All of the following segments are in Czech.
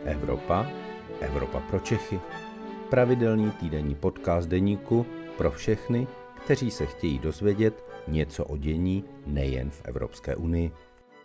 Evropa, Evropa pro Čechy. Pravidelný týdenní podcast deníku pro všechny, kteří se chtějí dozvědět něco o dění nejen v Evropské unii.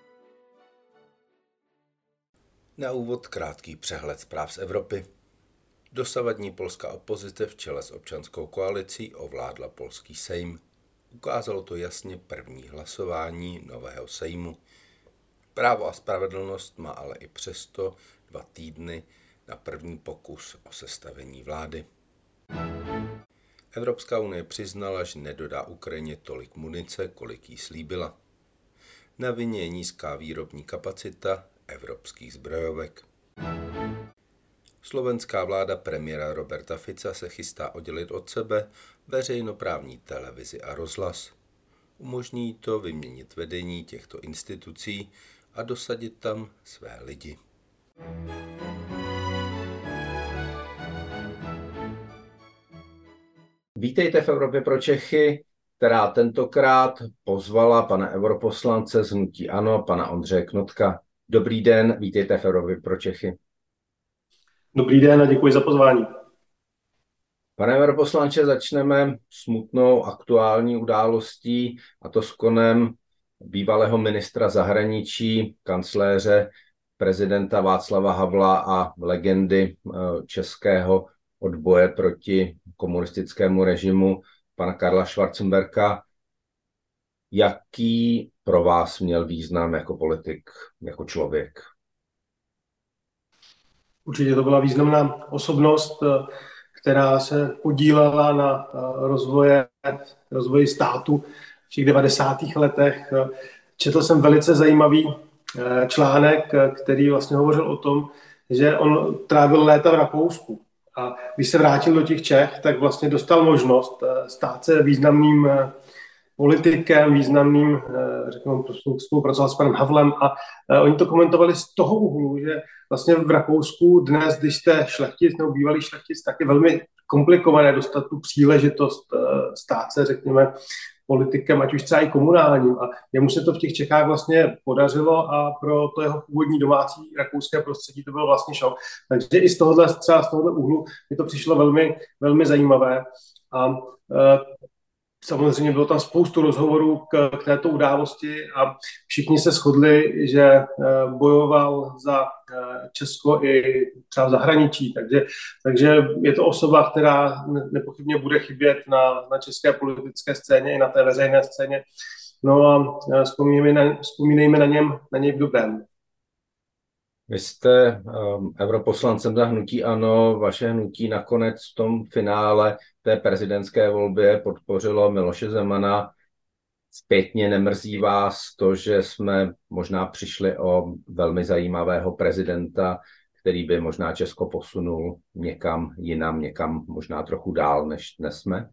Na úvod krátký přehled zpráv z Evropy. Dosavadní polská opozice v čele s občanskou koalicí ovládla polský sejm. Ukázalo to jasně první hlasování nového sejmu. Právo a spravedlnost má ale i přesto 2 týdny na první pokus o sestavení vlády. Evropská unie přiznala, že nedodá Ukrajině tolik munice, kolik jí slíbila. Na vině je nízká výrobní kapacita evropských zbrojovek. Slovenská vláda premiéra Roberta Fica se chystá oddělit od sebe veřejnoprávní televizi a rozhlas. Umožní to vyměnit vedení těchto institucí a dosadit tam své lidi. Vítejte v Evropě pro Čechy, která tentokrát pozvala pana europoslance z hnutí ANO, pana Ondřeje Knotka. Dobrý den, vítejte v Evropě pro Čechy. Dobrý den a děkuji za pozvání. Pane europoslanče, začneme smutnou aktuální událostí, a to s konem bývalého ministra zahraničí, kancléře prezidenta Václava Havla a legendy českého odboje proti komunistickému režimu, pana Karla Schwarzenberga. Jaký pro vás měl význam jako politik, jako člověk? Určitě to byla významná osobnost, která se podílela na rozvoji státu v těch 90. letech. Četl jsem velice zajímavý článek, který vlastně hovořil o tom, že on trávil léta v Rakousku. A když se vrátil do těch Čech, tak vlastně dostal možnost stát se významným politikem, významným, řekněme, spolupracoval s panem Havlem a oni to komentovali z toho úhlu, že vlastně v Rakousku dnes, když jste šlechtic nebo bývalý šlechtic, tak je velmi komplikované dostat tu příležitost stát se, řekněme, politikem, ať už třeba i komunálním. A jemu se to v těch Čechách vlastně podařilo a pro to jeho původní domácí rakouské prostředí to byl vlastně šok. Takže i z tohohle úhlu mi to přišlo velmi, velmi zajímavé. A samozřejmě bylo tam spoustu rozhovorů k této události a všichni se shodli, že bojoval za Česko i třeba v zahraničí. Takže je to osoba, která nepochybně bude chybět na české politické scéně i na té veřejné scéně. No a vzpomínejme na něj v dobrém. Vy jste europoslancem za hnutí ANO, vaše hnutí nakonec v tom finále té prezidentské volbě podpořilo Miloše Zemana. Zpětně nemrzí vás to, že jsme možná přišli o velmi zajímavého prezidenta, který by možná Česko posunul někam jinam, někam možná trochu dál, než dnes jsme?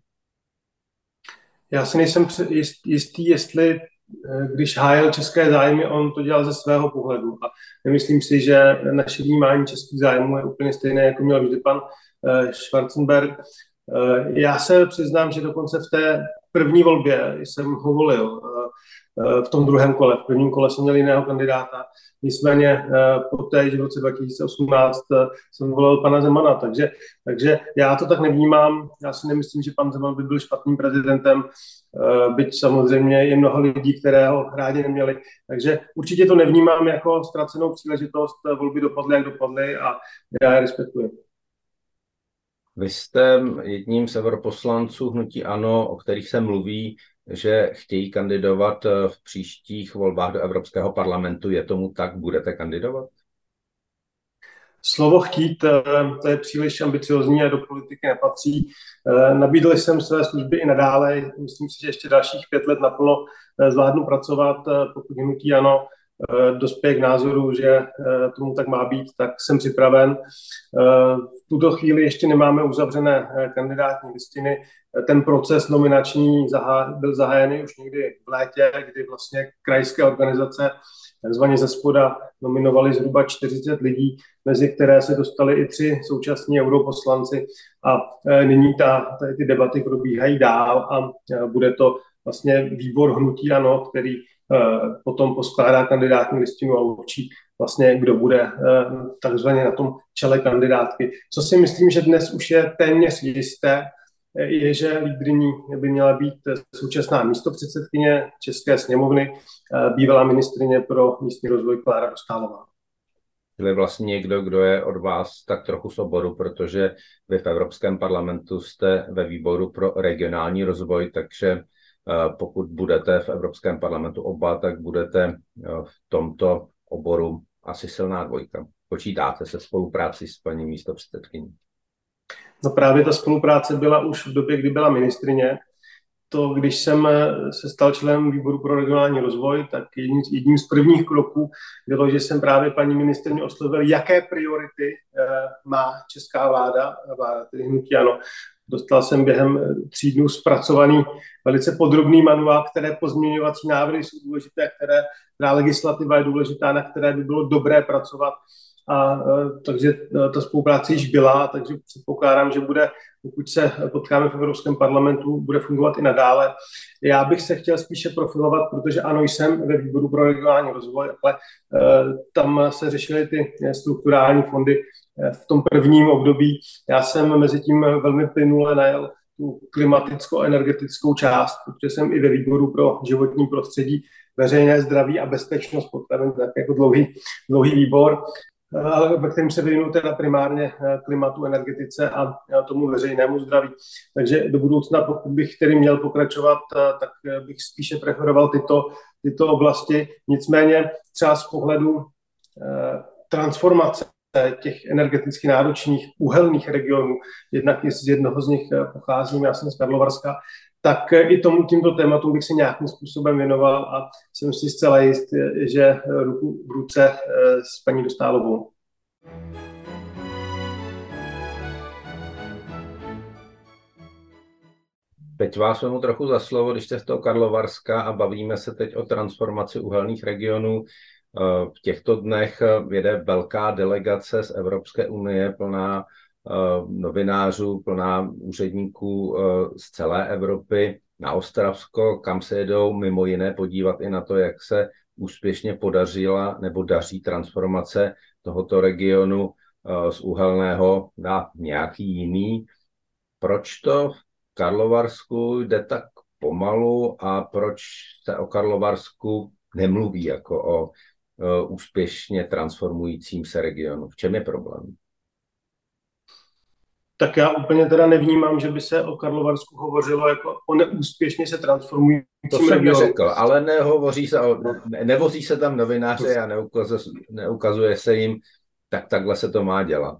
Já si nejsem jistý, jestli když hájil české zájmy, on to dělal ze svého pohledu. A nemyslím si, že naše vnímání českých zájmů je úplně stejné, jako měl vždy pan Schwarzenberg. Já se přiznám, že dokonce v té první volbě jsem ho volil. V tom druhém kole. V prvním kole jsem měl jiného kandidáta. Nicméně poté, že v roce 2018 jsem volil pana Zemana. Takže já to tak nevnímám. Já si nemyslím, že pan Zeman by byl špatným prezidentem, byť samozřejmě je mnoho lidí, které ho rádi neměli. Takže určitě to nevnímám jako ztracenou příležitost. Volby dopadly, jak dopadly a já je respektuji. Vy jste jedním z europoslanců hnutí ANO, o kterých se mluví, že chtějí kandidovat v příštích volbách do Evropského parlamentu. Je tomu tak? Budete kandidovat? Slovo chtít, to je příliš ambiciozní a do politiky nepatří. Nabídl jsem své služby i nadále. Myslím si, že ještě dalších 5 let naplno zvládnu pracovat, pokud hnutí ANO dospěje k názoru, že tomu tak má být, tak jsem připraven. V tuto chvíli ještě nemáme uzavřené kandidátní listiny. Ten proces nominační byl zahájený už někdy v létě, kdy vlastně krajské organizace takzvaně ze spoda nominovali zhruba 40 lidí, mezi které se dostali i 3 současní europoslanci a nyní ty debaty probíhají dál a bude to vlastně výbor hnutí ANO, který potom poskládá kandidátní listinu a určí vlastně kdo bude takzvaně na tom čele kandidátky. Co si myslím, že dnes už je téměř jisté, je, že lídryní by měla být současná místopředsedkyně České sněmovny, bývalá ministryně pro místní rozvoj Klára Dostálová. Čili vlastně někdo, kdo je od vás tak trochu z oboru, protože vy v Evropském parlamentu jste ve výboru pro regionální rozvoj, takže pokud budete v Evropském parlamentu oba, tak budete v tomto oboru asi silná dvojka. Počítáte se spolupráci s paní místopředsedkyní? No právě ta spolupráce byla už v době, kdy byla ministryně. To, když jsem se stal členem výboru pro regionální rozvoj, tak jedním z prvních kroků bylo, že jsem právě paní ministryni oslovil, jaké priority má česká vláda tedy hnutí ANO. Dostal jsem během 3 dnů zpracovaný velice podrobný manuál, které pozměňovací návrhy jsou důležité, která legislativa je důležitá, na které by bylo dobré pracovat. Takže ta spolupráce již byla, takže předpokládám, že bude, pokud se potkáme v Evropském parlamentu, bude fungovat i nadále. Já bych se chtěl spíše profilovat, protože ano, jsem ve výboru pro regionální rozvoj, ale tam se řešily ty strukturální fondy v tom prvním období. Já jsem mezi tím velmi plynule najel tu klimaticko-energetickou část, protože jsem i ve výboru pro životní prostředí, veřejné zdraví a bezpečnost potravin, tak jako dlouhý výbor, ve kterém se věnuju teda primárně klimatu, energetice a tomu veřejnému zdraví. Takže do budoucna, pokud bych tedy měl pokračovat, tak bych spíše preferoval tyto oblasti. Nicméně třeba z pohledu transformace těch energeticky náročných uhelných regionů, jednak z jednoho z nich pocházím, já jsem z Karlovarska, tak i tímto tématům bych se nějakým způsobem věnoval a jsem si zcela jist, že ruku v ruce s paní Dostálovou. Teď vás vezmu trochu za slovo, když jste z toho Karlovarska a bavíme se teď o transformaci uhelných regionů. V těchto dnech jede velká delegace z Evropské unie, plná novinářů, plná úředníků z celé Evropy na Ostravsko, kam se jedou mimo jiné podívat i na to, jak se úspěšně podařila nebo daří transformace tohoto regionu z uhelného na nějaký jiný. Proč to v Karlovarsku jde tak pomalu a proč se o Karlovarsku nemluví jako o úspěšně transformujícím se regionu? V čem je problém? Tak já úplně teda nevnímám, že by se o Karlovarsku hovořilo jako o neúspěšně se transformujícím regionu. To jsem regionu. neřekl, ale nevozí se tam novináře a neukazuje se jim, tak takhle se to má dělat.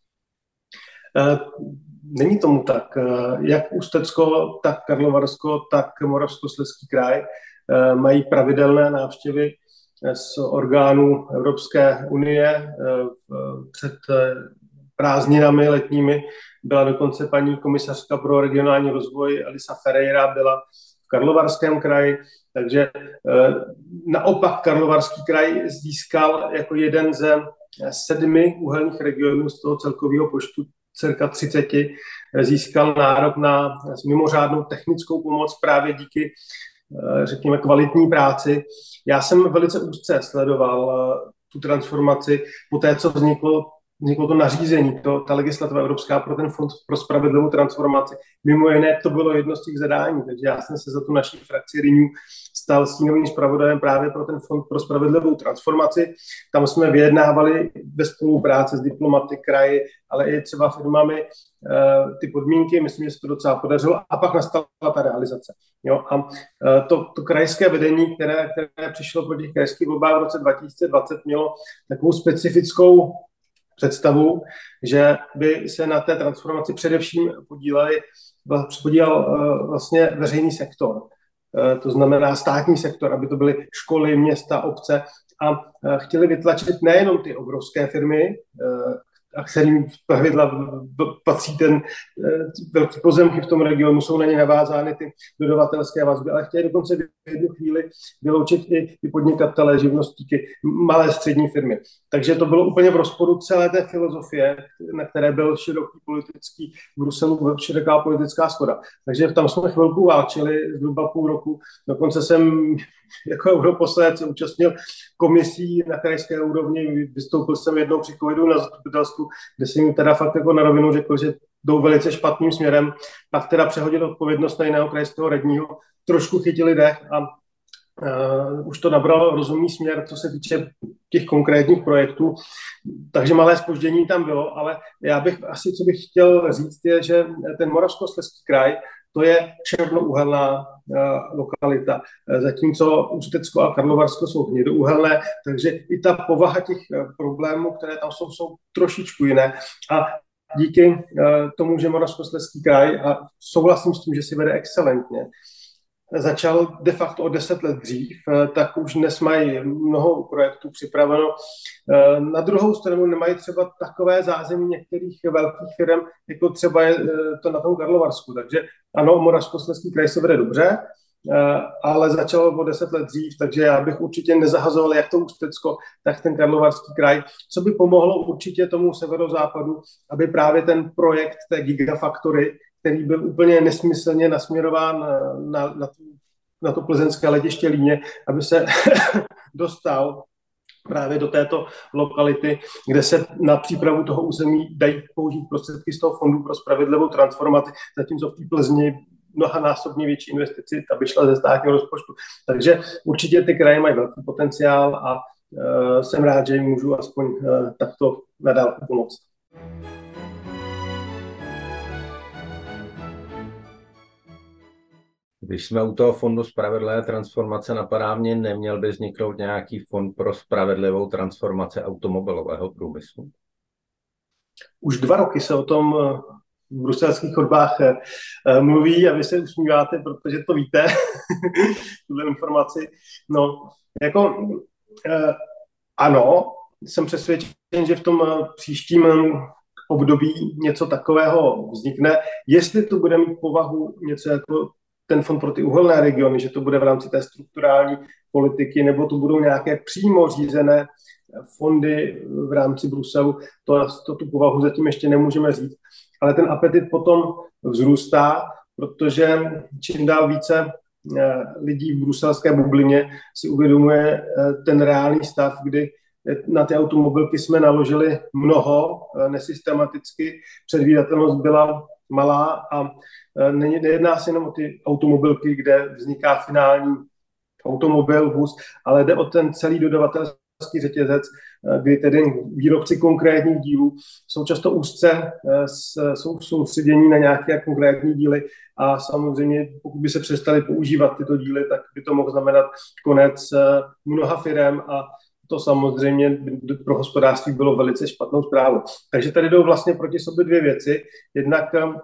Není tomu tak. Jak Ústecko, tak Karlovarsko, tak Moravskoslezský kraj mají pravidelné návštěvy z orgánů Evropské unie před prázdninami letními. Byla dokonce paní komisařka pro regionální rozvoj Elisa Ferreira, byla v Karlovarském kraji, takže naopak Karlovarský kraj získal jako jeden ze 7 uhelných regionů z toho celkového počtu cirka 30, získal nárok na mimořádnou technickou pomoc právě díky, řekněme, kvalitní práci. Já jsem velice úzce sledoval tu transformaci po té, co vzniklo to nařízení, ta legislativa evropská pro ten fond pro spravedlivou transformaci. Mimo jiné to bylo jedno z těch zadání, takže já jsem se za tu naší frakci Renew stal stínovým zpravodajem právě pro ten fond pro spravedlivou transformaci. Tam jsme vyjednávali ve spolupráci s diplomaty kraji, ale i třeba firmami ty podmínky, myslím, že se to docela podařilo a pak nastala ta realizace. Jo? A to krajské vedení, které přišlo po těch krajských volbách v roce 2020, mělo takovou specifickou představu, že by se na té transformaci především podílel vlastně veřejný sektor. To znamená státní sektor, aby to byly školy, města, obce a chtěli vytlačit nejenom ty obrovské firmy, a kterým pravidla patří ten velký pozemky v tom regionu, jsou na ně navázány ty dodavatelské vazby, ale chtějí dokonce v jednu chvíli vyloučit i ty podnikatele, živnostníky, malé střední firmy. Takže to bylo úplně v rozporu celé té filozofie, na které byl široký politický v Bruselu, široká politická shoda. Takže tam jsme chvilku válčili, zhruba půl roku. Dokonce jsem jako europoslanec se účastnil komisí na krajské úrovni, vystoupil jsem jednou při covidu na zastupitelstvu, kde jsem jim teda fakt jako na rovinu řekl, že jdou velice špatným směrem, pak teda přehodil odpovědnost na jiného krajského radního, trošku chytili dech a už to nabralo rozumný směr, co se týče těch konkrétních projektů, takže malé zpoždění tam bylo, ale já bych asi, co bych chtěl říct, je, že ten Moravskoslezský kraj, to je černouhelná lokalita, zatímco Ústecko a Karlovarsko jsou hnědouhelné, takže i ta povaha těch problémů, které tam jsou trošičku jiné. A díky tomu, že Moravskoslezský kraj, a souhlasím s tím, že si vede excelentně, začal de facto o 10 let dřív, tak už dnes mají mnoho projektů připraveno. Na druhou stranu nemají třeba takové zázemí některých velkých firm, jako třeba je to na tom Karlovarsku. Takže ano, Moravskoslezský kraj se vede dobře, ale začalo o 10 let dřív, takže já bych určitě nezahazoval jak to Ústecko, tak ten Karlovarský kraj, co by pomohlo určitě tomu severozápadu, aby právě ten projekt té Gigafactory, který byl úplně nesmyslně nasměrován na to plzeňské letiště Líně, aby se dostal právě do této lokality, kde se na přípravu toho území dají použít prostředky z toho fondu pro spravedlivou transformaci, zatímco v té Plzni mnohanásobně větší investici, aby šla ze státního rozpočtu. Takže určitě ty kraje mají velký potenciál a jsem rád, že jim můžu aspoň takto nadále pomoct. Když jsme u toho fondu spravedlivé transformace, napadá mě, neměl by vzniknout nějaký fond pro spravedlivou transformaci automobilového průmyslu? Už 2 roky se o tom v bruselských chodbách mluví a vy se usmíváte, protože to víte, tuhle informaci. No, jako ano, jsem přesvědčen, že v tom příštím období něco takového vznikne. Jestli to bude mít povahu něco jako ten fond pro ty uhelné regiony, že to bude v rámci té strukturální politiky, nebo to budou nějaké přímo řízené fondy v rámci Bruselu, to tu povahu zatím ještě nemůžeme říct. Ale ten apetit potom vzrůstá, protože čím dál více lidí v bruselské bublině si uvědomuje ten reálný stav, kdy na ty automobilky jsme naložili mnoho nesystematicky, předvídatelnost byla malá a nejedná se jenom o ty automobilky, kde vzniká finální automobil, vůz, ale jde o ten celý dodavatelský řetězec, kdy tedy výrobci konkrétních dílů jsou často úzce jsou soustředění na nějaké konkrétní díly a samozřejmě pokud by se přestali používat tyto díly, tak by to mohlo znamenat konec mnoha firem a to samozřejmě pro hospodářství bylo velice špatnou zprávou. Takže tady jdou vlastně proti sobě 2 věci. Jednak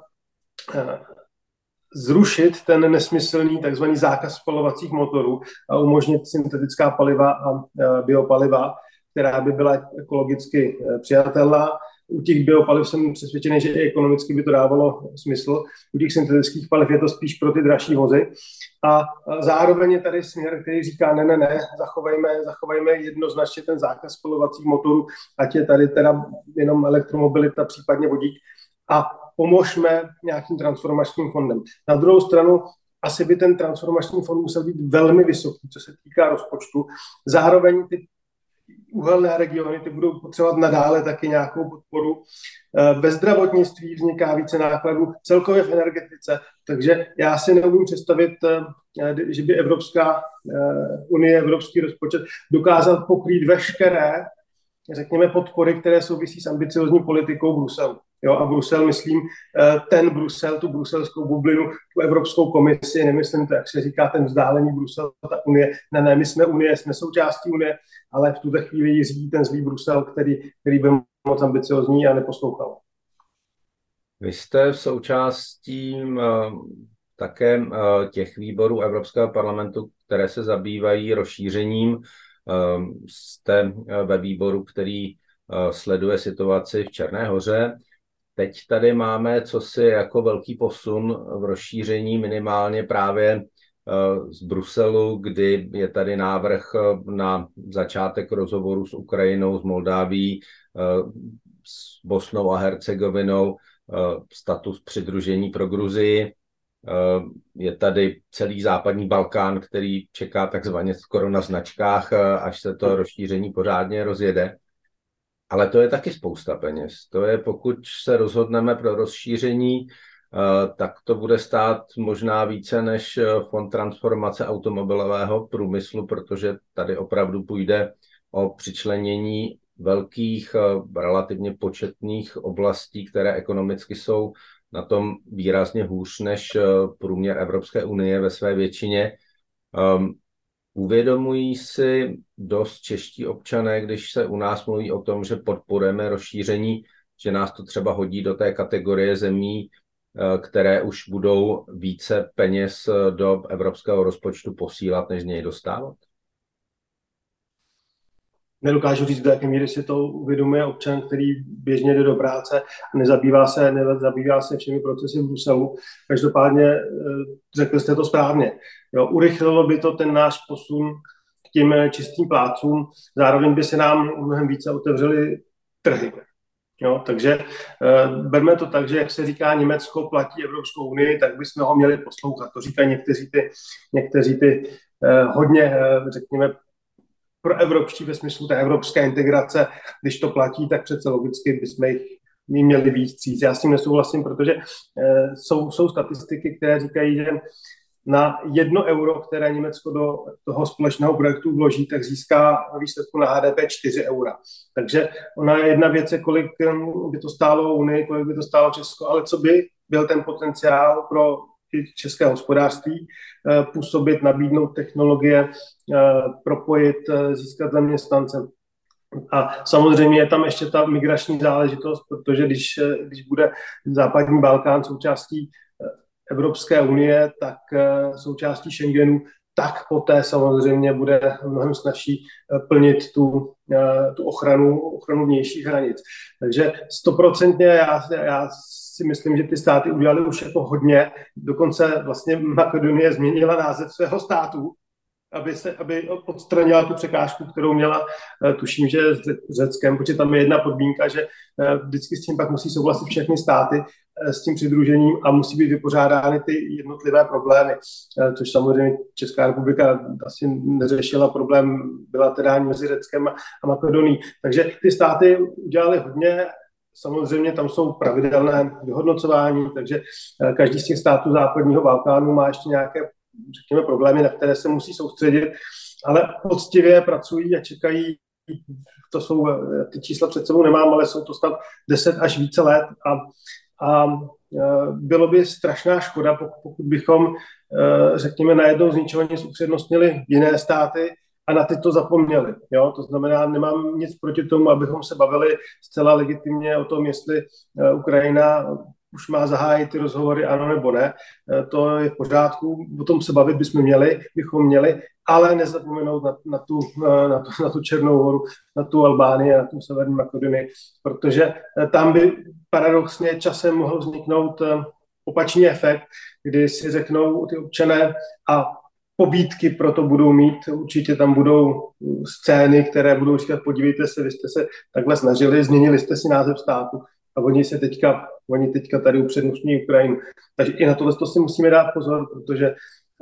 zrušit ten nesmyslný takzvaný zákaz spalovacích motorů a umožnit syntetická paliva a biopaliva, která by byla ekologicky přijatelná. U těch biopaliv jsem přesvědčený, že i ekonomicky by to dávalo smysl. U těch syntetických paliv je to spíš pro ty dražší vozy. A zároveň je tady směr, který říká, ne, zachovejme jednoznačně ten zákaz spalovacích motorů, ať je tady teda jenom elektromobilita, případně vodík, a pomožme nějakým transformačním fondem. Na druhou stranu asi by ten transformační fond musel být velmi vysoký, co se týká rozpočtu. Zároveň ty uhelné regiony ty budou potřebovat nadále taky nějakou podporu. Ve zdravotnictví vzniká více nákladů, celkově v energetice, takže já si neumím představit, že by Evropská unie, evropský rozpočet dokázal pokrýt veškeré, řekněme, podpory, které souvisí s ambiciozní politikou Bruselu. Jo, a Brusel, myslím, ten Brusel, tu bruselskou bublinu, tu Evropskou komisi, nemyslím to, jak se říká, ten vzdálený Brusel, ta Unie. Ne, my jsme Unie, jsme součástí Unie, ale v tuto chvíli ji řídí ten zlý Brusel, který byl moc ambiciozní a neposlouchal. Vy jste v součástí také těch výborů Evropského parlamentu, které se zabývají rozšířením. Jste ve výboru, který sleduje situaci v Černé Hoře. Teď tady máme cosi jako velký posun v rozšíření minimálně právě z Bruselu, kdy je tady návrh na začátek rozhovoru s Ukrajinou, s Moldávií, s Bosnou a Hercegovinou, status přidružení pro Gruzii. Je tady celý západní Balkán, který čeká takzvaně skoro na značkách, až se to rozšíření pořádně rozjede. Ale to je taky spousta peněz. To je, pokud se rozhodneme pro rozšíření, tak to bude stát možná více než fond transformace automobilového průmyslu, protože tady opravdu půjde o přičlenění velkých, relativně početných oblastí, které ekonomicky jsou na tom výrazně hůř než průměr Evropské unie ve své většině. Uvědomují si dost čeští občané, když se u nás mluví o tom, že podporujeme rozšíření, že nás to třeba hodí do té kategorie zemí, které už budou více peněz do evropského rozpočtu posílat, než z něj dostávat? Nedokážu říct, do jaké míry si to uvědomuje občan, který běžně jde do práce a nezabývá se všemi procesy v Bruselu. Každopádně řekl jste to správně. Jo, urychlilo by to ten náš posun k těm čistým plátcům, zároveň by se nám mnohem více otevřely trhy. Jo, takže berme to tak, že jak se říká, Německo platí Evropskou unii, tak bychom ho měli poslouchat. To říkají někteří ty hodně, řekněme, pro evropští ve smyslu té evropské integrace, když to platí, tak přece logicky bychom jich měli víc stříc. Já s tím nesouhlasím, protože jsou statistiky, které říkají, že na 1 euro, které Německo do toho společného projektu vloží, tak získá výsledku na HDP 4 eura. Takže ona jedna věc je, kolik by to stálo Unii, kolik by to stálo Česko, ale co by byl ten potenciál pro české hospodářství, působit, nabídnout technologie, propojit, získat zaměstnance. A samozřejmě je tam ještě ta migrační záležitost, protože když bude západní Balkán součástí Evropské unie, tak součástí Schengenu, tak poté samozřejmě bude mnohem snazší plnit tu ochranu vnějších hranic. Takže 100% já si myslím, že ty státy udělaly už jako hodně. Dokonce vlastně Makedonie změnila název svého státu, aby odstranila tu překážku, kterou měla, tuším, že s Řeckem, protože tam je jedna podmínka, že vždycky s tím pak musí souhlasit všechny státy s tím přidružením a musí být vypořádány ty jednotlivé problémy, což samozřejmě Česká republika asi neřešila problém bilaterální mezi Řeckem a Makedonií. Takže ty státy udělaly hodně. Samozřejmě tam jsou pravidelné vyhodnocování, takže každý z těch států západního Balkánu má ještě nějaké, řekněme, problémy, na které se musí soustředit, ale poctivě pracují a čekají. To jsou, ty čísla před sebou nemám, ale jsou to snad 10 až více let a bylo by strašná škoda, pokud bychom, řekněme, najednou z ničeho nic upřednostnili jiné státy a na ty to zapomněli. Jo? To znamená, nemám nic proti tomu, abychom se bavili zcela legitimně o tom, jestli Ukrajina už má zahájit ty rozhovory, ano nebo ne. To je v pořádku, o tom se bavit bychom měli, ale nezapomenout na tu Černou Horu, na tu Albánii, na tu Severní Makedonii, protože tam by paradoxně časem mohl vzniknout opačný efekt, kdy si řeknou ty občané a pobídky pro to budou mít, určitě tam budou scény, které budou říkat, podívejte se, vy jste se takhle snažili, změnili jste si název státu a oni teďka tady upřednostní Ukrajinu. Takže i na tohle si musíme dát pozor, protože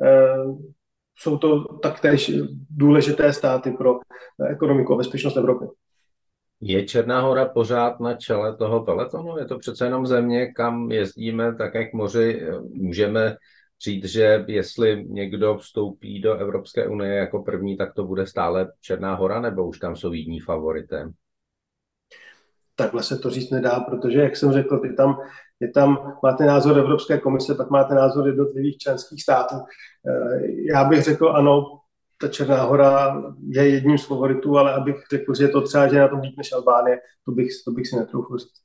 jsou to taktéž důležité státy pro ekonomiku a bezpečnost Evropy. Je Černá Hora pořád na čele toho peletonu? Je to přece jenom země, kam jezdíme tak jak k moři. Můžeme říct, že jestli někdo vstoupí do Evropské unie jako první, tak to bude stále Černá Hora, nebo už tam jsou jiní favorité? Takhle se to říct nedá, protože, jak jsem řekl, máte názor Evropské komise, pak máte názor jednotlivých členských států. Já bych řekl, ano, ta Černá Hora je jedním z favoritů, ale abych řekl, že je to třeba, že je na tom líp než Albánie, to bych si netroufl říct.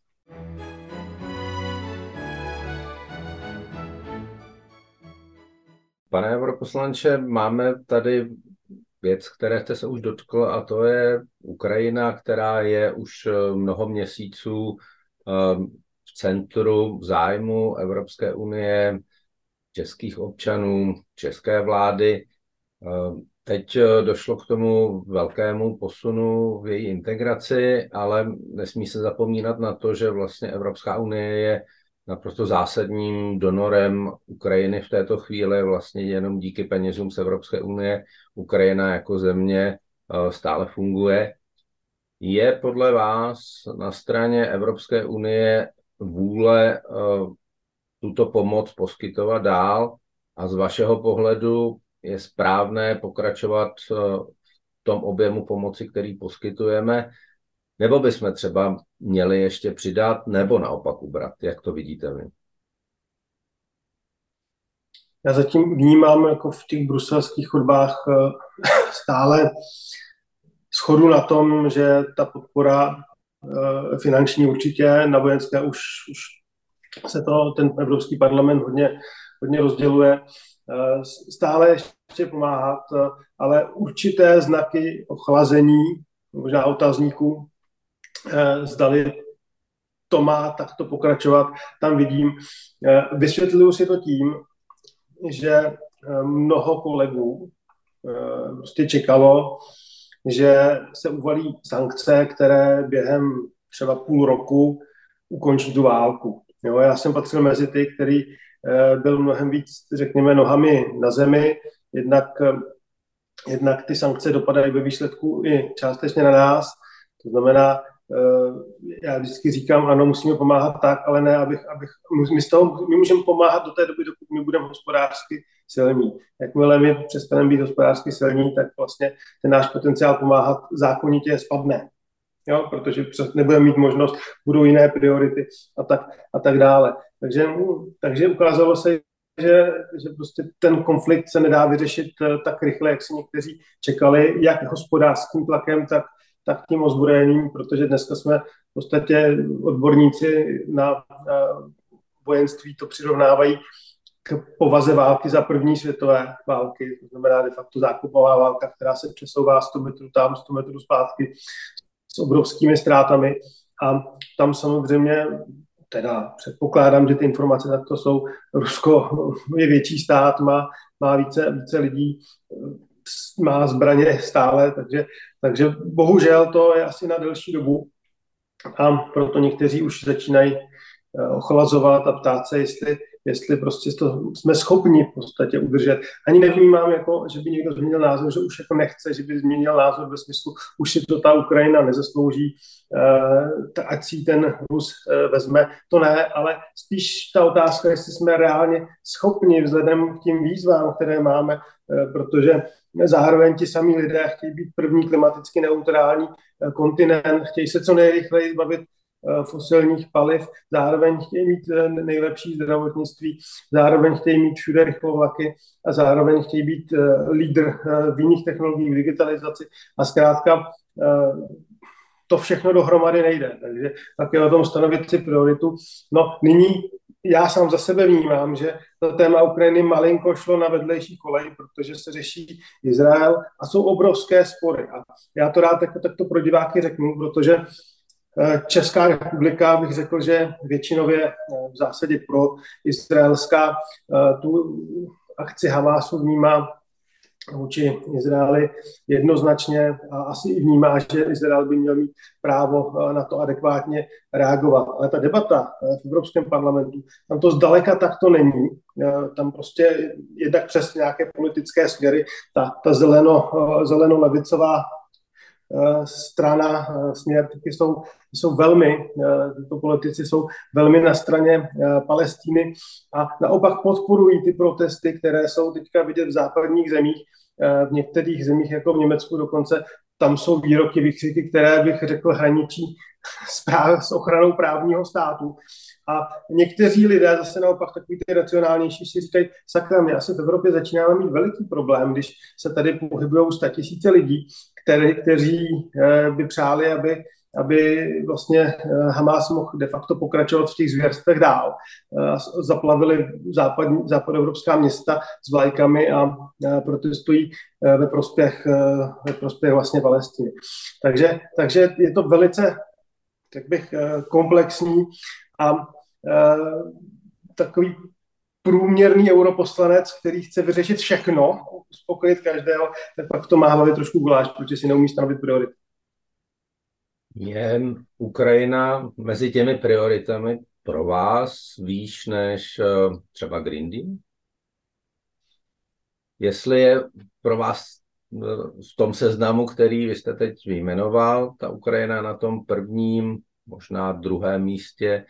Pane europoslanče, máme tady věc, které jste se už dotkl, a to je Ukrajina, která je už mnoho měsíců v centru zájmu Evropské unie, českých občanů, české vlády. Teď došlo k tomu velkému posunu v její integraci, ale nesmí se zapomínat na to, že vlastně Evropská unie je naprosto zásadním donorem Ukrajiny v této chvíli, vlastně jenom díky penězům z Evropské unie Ukrajina jako země stále funguje. Je podle vás na straně Evropské unie vůle tuto pomoc poskytovat dál a z vašeho pohledu je správné pokračovat v tom objemu pomoci, který poskytujeme, nebo bychom třeba měli ještě přidat, nebo naopak ubrat? Jak to vidíte vy? Já zatím vnímám jako v těch bruselských chodbách stále shodu na tom, že ta podpora finanční určitě, na vojenské už se ten Evropský parlament hodně rozděluje. Stále ještě pomáhat, ale určité znaky ochlazení, možná otazníků, zdali to má takto pokračovat, tam vidím. Vysvětluju si to tím, že mnoho kolegů prostě čekalo, že se uvalí sankce, které během třeba půl roku ukončí tu válku. Jo, já jsem patřil mezi ty, který byl mnohem víc, řekněme, nohami na zemi, jednak ty sankce dopadají ve výsledku i částečně na nás, to znamená, já vždycky říkám, ano, musíme pomáhat tak, ale ne, my můžeme pomáhat do té doby, dokud my budeme hospodářsky silní. Jakmile my přestaneme být hospodářsky silní, tak vlastně ten náš potenciál pomáhat zákonitě spadne. Jo, protože nebudeme mít možnost, budou jiné priority a tak dále. Takže ukázalo se, že prostě ten konflikt se nedá vyřešit tak rychle, jak si někteří čekali, jak hospodářským tlakem, tak tím ozbrojením, protože dneska jsme v podstatě odborníci na vojenství to přirovnávají k povaze války za první světové války, to znamená de facto zákupová válka, která se přesouvá 100 metrů tam, 100 metrů zpátky s obrovskými ztrátami a tam samozřejmě teda předpokládám, že ty informace na to jsou, Rusko je větší stát, má více lidí, má zbraně stále, takže bohužel to je asi na delší dobu a proto někteří už začínají ochlazovat a ptát se, jestli prostě to jsme schopni v podstatě udržet. Ani nevnímám, jako, že by někdo změnil názor, že už jako nechce, že by změnil názor ve smyslu, už si to ta Ukrajina nezaslouží, ať si ten Rus vezme. To ne, ale spíš ta otázka, jestli jsme reálně schopni vzhledem k tím výzvám, které máme, protože zároveň ti samí lidé chtějí být první klimaticky neutrální kontinent, chtějí se co nejrychleji zbavit fosilních paliv, zároveň chtějí mít nejlepší zdravotnictví, zároveň chtějí mít všude rychlovlaky a zároveň chtějí být lídr v jiných technologiích, v digitalizaci a zkrátka to všechno dohromady nejde. Takže tak je o tom stanovit si prioritu. No nyní já sám za sebe vnímám, že to téma Ukrajiny malinko šlo na vedlejší kolej, protože se řeší Izrael a jsou obrovské spory. A já to rád takto pro diváky řeknu, protože Česká republika, bych řekl, že většinově v zásadě pro izraelská tu akci Hamásu vnímá vůči Izraeli jednoznačně a asi i vnímá, že Izrael by měl mít právo na to adekvátně reagovat. Ale ta debata v Evropském parlamentu, tam to zdaleka takto není. Tam prostě jednak přes nějaké politické směry ta zeleno-levicová strana, směr, jsou velmi, tyto politici jsou velmi na straně Palestiny a naopak podporují ty protesty, které jsou teďka vidět v západních zemích, v některých zemích, jako v Německu dokonce, tam jsou výroky, výkřiky, které bych řekl hraničí s ochranou právního státu. A někteří lidé zase naopak takový ty racionálnější si říkají, sakra, my asi v Evropě začínáme mít veliký problém, když se tady pohybují 100 000 lidí, kteří by přáli, aby vlastně Hamás mohl de facto pokračovat v těch zvěrstvech dál. Zaplavili západoevropská města s vlajkami a protestují ve prospěch vlastně Palestiny. Takže je to velice, tak bych, komplexní a takový průměrný europoslanec, který chce vyřešit všechno, uspokojit každého, tak pak to má hlavě trošku guláš, protože si neumí stanovit priority. Je Ukrajina mezi těmi prioritami pro vás výš než třeba Green Deal? Jestli je pro vás v tom seznamu, který vy jste teď vyjmenoval, ta Ukrajina na tom prvním, možná druhém místě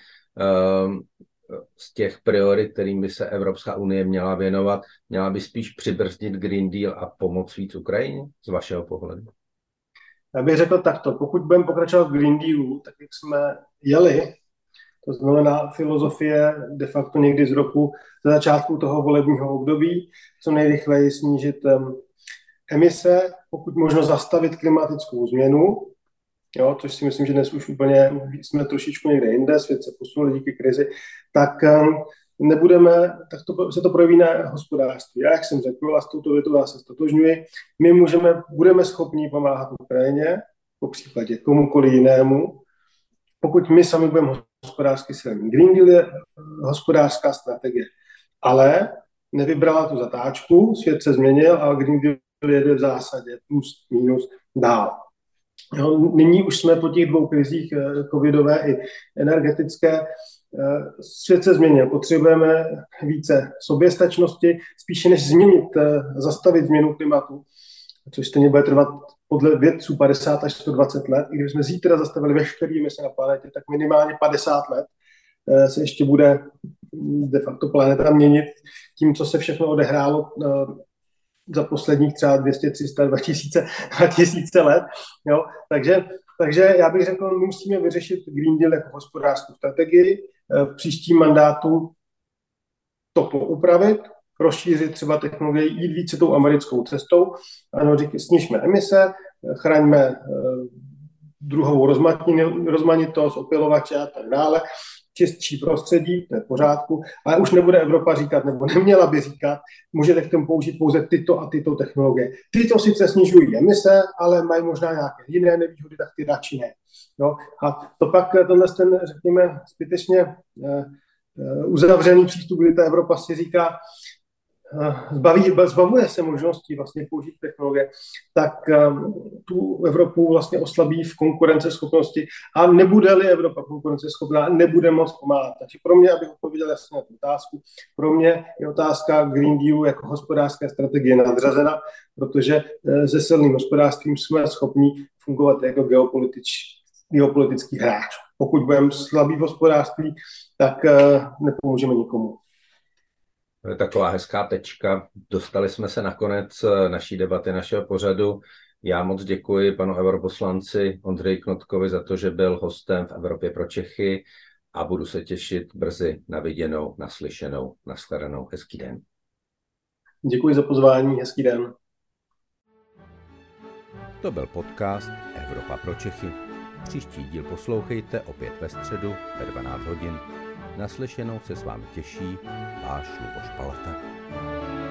z těch priorit, kterým by se Evropská unie měla věnovat, měla by spíš přibrzdit Green Deal a pomoct víc Ukrajině z vašeho pohledu? Já bych řekl takto, pokud budeme pokračovat v Green Dealu, tak jak jsme jeli, to znamená filozofie de facto někdy z roku, ze začátku toho volebního období, co nejrychleji snížit emise, pokud možno zastavit klimatickou změnu, jo, což si myslím, že dnes už úplně jsme trošičku někde jinde, svět se posunul díky krizi, tak tak se to projeví na hospodářství. Já, jak jsem řekl, a s touto větou já se stotožňuji, my budeme schopni pomáhat Ukrajině, po případě komukoliv jinému, pokud my sami budeme hospodářsky silní. Green Deal je hospodářská strategie, ale nevybrala tu zatáčku, svět se změnil a Green Deal jede v zásadě plus, minus dál. Jo, nyní už jsme po těch dvou krizích, covidové i energetické, svět se změnil. Potřebujeme více soběstačnosti, spíše než zastavit změnu klimatu, což stejně bude trvat podle vědců 50 až 120 let. I kdybychom zítra zastavili veškeré emise na planetě, tak minimálně 50 let se ještě bude de facto planeta měnit tím, co se všechno odehrálo za posledních třeba 200, 300, 2000 let. Jo? Takže já bych řekl, my musíme vyřešit Green Deal jako hospodářskou strategii, v příštím mandátu to poupravit, rozšířit třeba technologii, jít více tou americkou cestou, ano, snižme emise, chraňme druhovou rozmanitost, opylovače a tak dále, čistší prostředí, to je v pořádku, ale už nebude Evropa říkat, nebo neměla by říkat, můžete k tomu použít pouze tyto a tyto technologie. Tyto sice snižují emise, ale mají možná nějaké jiné nevýhody, tak ty radši ne. No, a to pak ten, řekněme, zbytečně uzavřený přístup, kdy ta Evropa si říká, zbavuje se možností vlastně použít technologie, tak tu Evropu vlastně oslabí v konkurenceschopnosti a nebude-li Evropa konkurenceschopná, nebude moc pomáhat. Takže pro mě, abych odpověděl jasně na tu otázku, pro mě je otázka Green Dealu jako hospodářské strategie nadřazena, protože se silným hospodářstvím jsme schopni fungovat jako geopolitický hráč. Pokud budeme slabý v hospodářství, tak nepomůžeme nikomu. To je taková hezká tečka. Dostali jsme se na konec naší debaty, našeho pořadu. Já moc děkuji panu europoslanci Ondřeji Knotkovi za to, že byl hostem v Evropě pro Čechy a budu se těšit brzy na viděnou, naslyšenou, nashledanou. Hezký den. Děkuji za pozvání, hezký den. To byl podcast Evropa pro Čechy. Příští díl poslouchejte opět ve středu ve 12 hodin. Naslyšenou se s vámi těší váš Luboš Palata.